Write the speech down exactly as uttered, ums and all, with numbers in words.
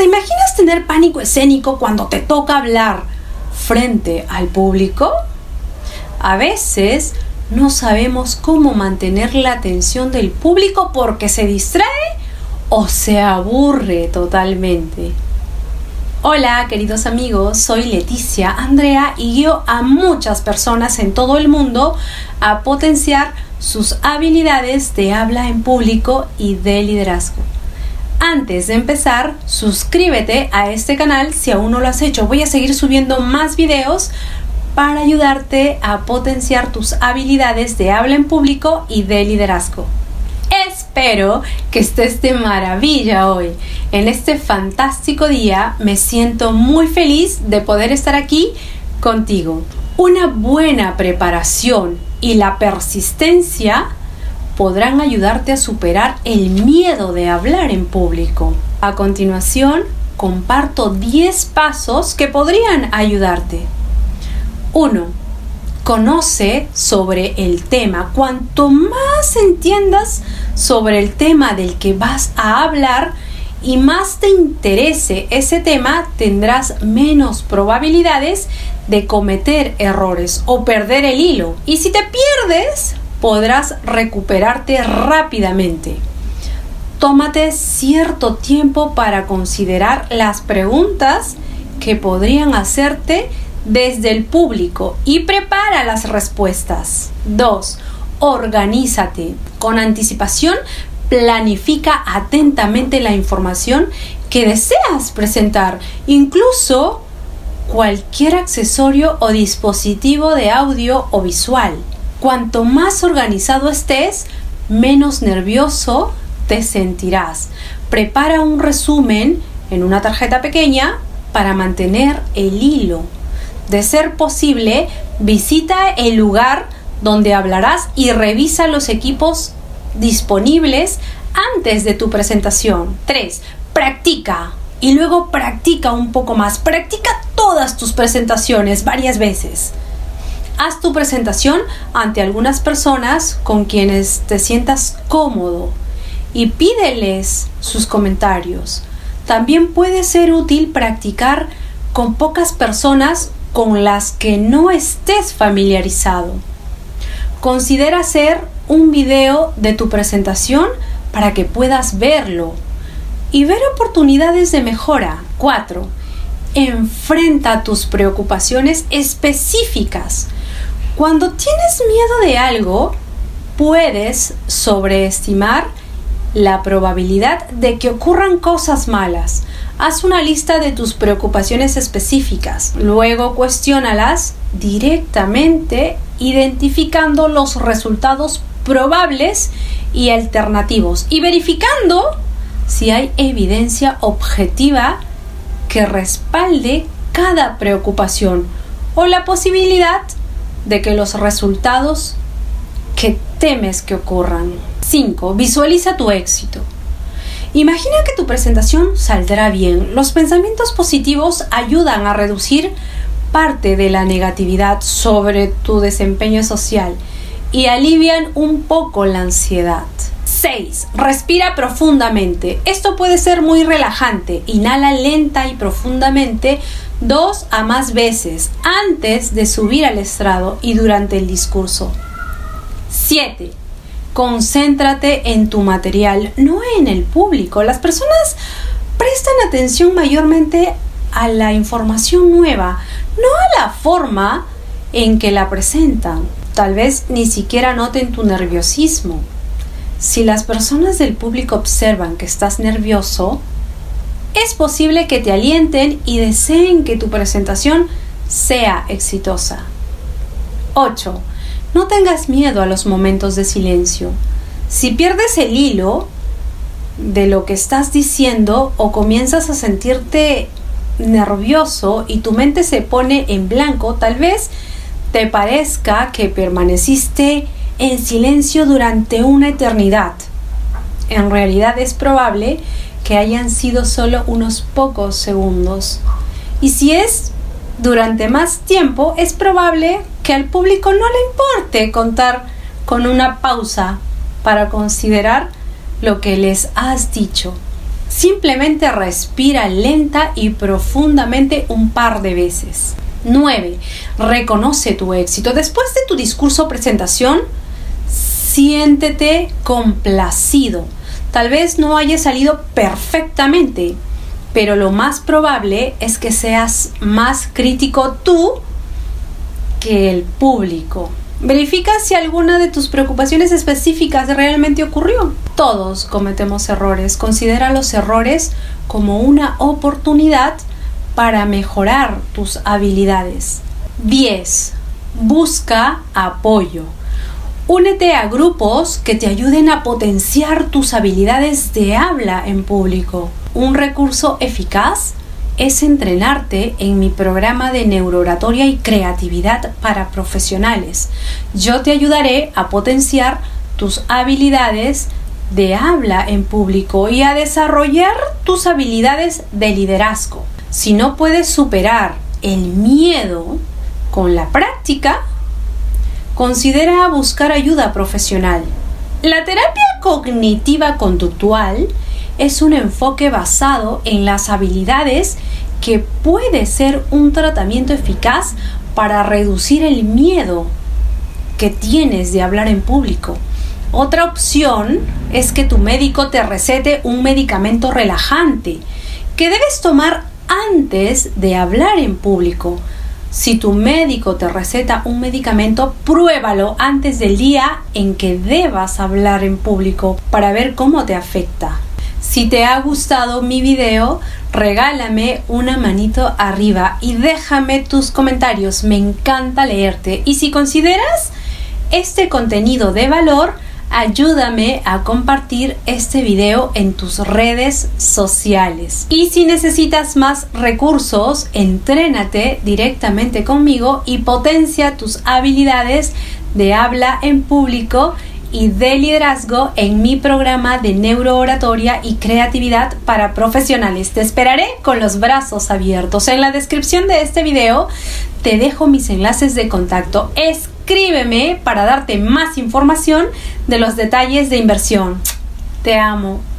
¿Te imaginas tener pánico escénico cuando te toca hablar frente al público? A veces no sabemos cómo mantener la atención del público porque se distrae o se aburre totalmente. Hola, queridos amigos, soy Leticia Andrea y guío a muchas personas en todo el mundo a potenciar sus habilidades de habla en público y de liderazgo. Antes de empezar, suscríbete a este canal si aún no lo has hecho. Voy a seguir subiendo más videos para ayudarte a potenciar tus habilidades de habla en público y de liderazgo. Espero que estés de maravilla hoy. En este fantástico día me siento muy feliz de poder estar aquí contigo. Una buena preparación y la persistencia podrán ayudarte a superar el miedo de hablar en público. A continuación, comparto diez pasos que podrían ayudarte. uno. Conoce sobre el tema. Cuanto más entiendas sobre el tema del que vas a hablar y más te interese ese tema, tendrás menos probabilidades de cometer errores o perder el hilo. Y si te pierdes, podrás recuperarte rápidamente. Tómate cierto tiempo para considerar las preguntas que podrían hacerte desde el público y prepara las respuestas. dos. Organízate. Con anticipación, planifica atentamente la información que deseas presentar, incluso cualquier accesorio o dispositivo de audio o visual. Cuanto más organizado estés, menos nervioso te sentirás. Prepara un resumen en una tarjeta pequeña para mantener el hilo. De ser posible, visita el lugar donde hablarás y revisa los equipos disponibles antes de tu presentación. tres. Practica y luego practica un poco más. Practica todas tus presentaciones varias veces. Haz tu presentación ante algunas personas con quienes te sientas cómodo y pídeles sus comentarios. También puede ser útil practicar con pocas personas con las que no estés familiarizado. Considera hacer un video de tu presentación para que puedas verlo y ver oportunidades de mejora. cuatro. Enfrenta tus preocupaciones específicas. Cuando tienes miedo de algo, puedes sobreestimar la probabilidad de que ocurran cosas malas. Haz una lista de tus preocupaciones específicas. Luego cuestiónalas directamente, identificando los resultados probables y alternativos y verificando si hay evidencia objetiva que respalde cada preocupación o la posibilidad de que los resultados que temes que ocurran. cinco. Visualiza tu éxito. Imagina que tu presentación saldrá bien. Los pensamientos positivos ayudan a reducir parte de la negatividad sobre tu desempeño social y alivian un poco la ansiedad. seis. Respira profundamente. Esto puede ser muy relajante. Inhala lenta y profundamente dos a más veces antes de subir al estrado y durante el discurso. siete. Concéntrate en tu material, no en el público. Las personas prestan atención mayormente a la información nueva, no a la forma en que la presentan. Tal vez ni siquiera noten tu nerviosismo. Si las personas del público observan que estás nervioso, es posible que te alienten y deseen que tu presentación sea exitosa. ocho. No tengas miedo a los momentos de silencio. Si pierdes el hilo de lo que estás diciendo o comienzas a sentirte nervioso y tu mente se pone en blanco, tal vez te parezca que permaneciste en silencio durante una eternidad. En realidad es probable que hayan sido solo unos pocos segundos. Y si es durante más tiempo, es probable que al público no le importe contar con una pausa para considerar lo que les has dicho. Simplemente respira lenta y profundamente un par de veces. nueve. Reconoce tu éxito. Después de tu discurso o presentación, siéntete complacido. Tal vez no haya salido perfectamente, pero lo más probable es que seas más crítico tú que el público. Verifica si alguna de tus preocupaciones específicas realmente ocurrió. Todos cometemos errores. Considera los errores como una oportunidad para mejorar tus habilidades. diez. Busca apoyo. Únete a grupos que te ayuden a potenciar tus habilidades de habla en público. Un recurso eficaz es entrenarte en mi programa de neurooratoria y creatividad para profesionales. Yo te ayudaré a potenciar tus habilidades de habla en público y a desarrollar tus habilidades de liderazgo. Si no puedes superar el miedo con la práctica, considera buscar ayuda profesional. La terapia cognitiva conductual es un enfoque basado en las habilidades que puede ser un tratamiento eficaz para reducir el miedo que tienes de hablar en público. Otra opción es que tu médico te recete un medicamento relajante que debes tomar antes de hablar en público. Si tu médico te receta un medicamento, pruébalo antes del día en que debas hablar en público para ver cómo te afecta. Si te ha gustado mi video, regálame una manito arriba y déjame tus comentarios. Me encanta leerte. Y si consideras este contenido de valor, ayúdame a compartir este video en tus redes sociales. Y si necesitas más recursos, entrénate directamente conmigo y potencia tus habilidades de habla en público y de liderazgo en mi programa de neurooratoria y creatividad para profesionales. Te esperaré con los brazos abiertos. En la descripción de este video te dejo mis enlaces de contacto. Escríbeme para darte más información de los detalles de inversión. Te amo.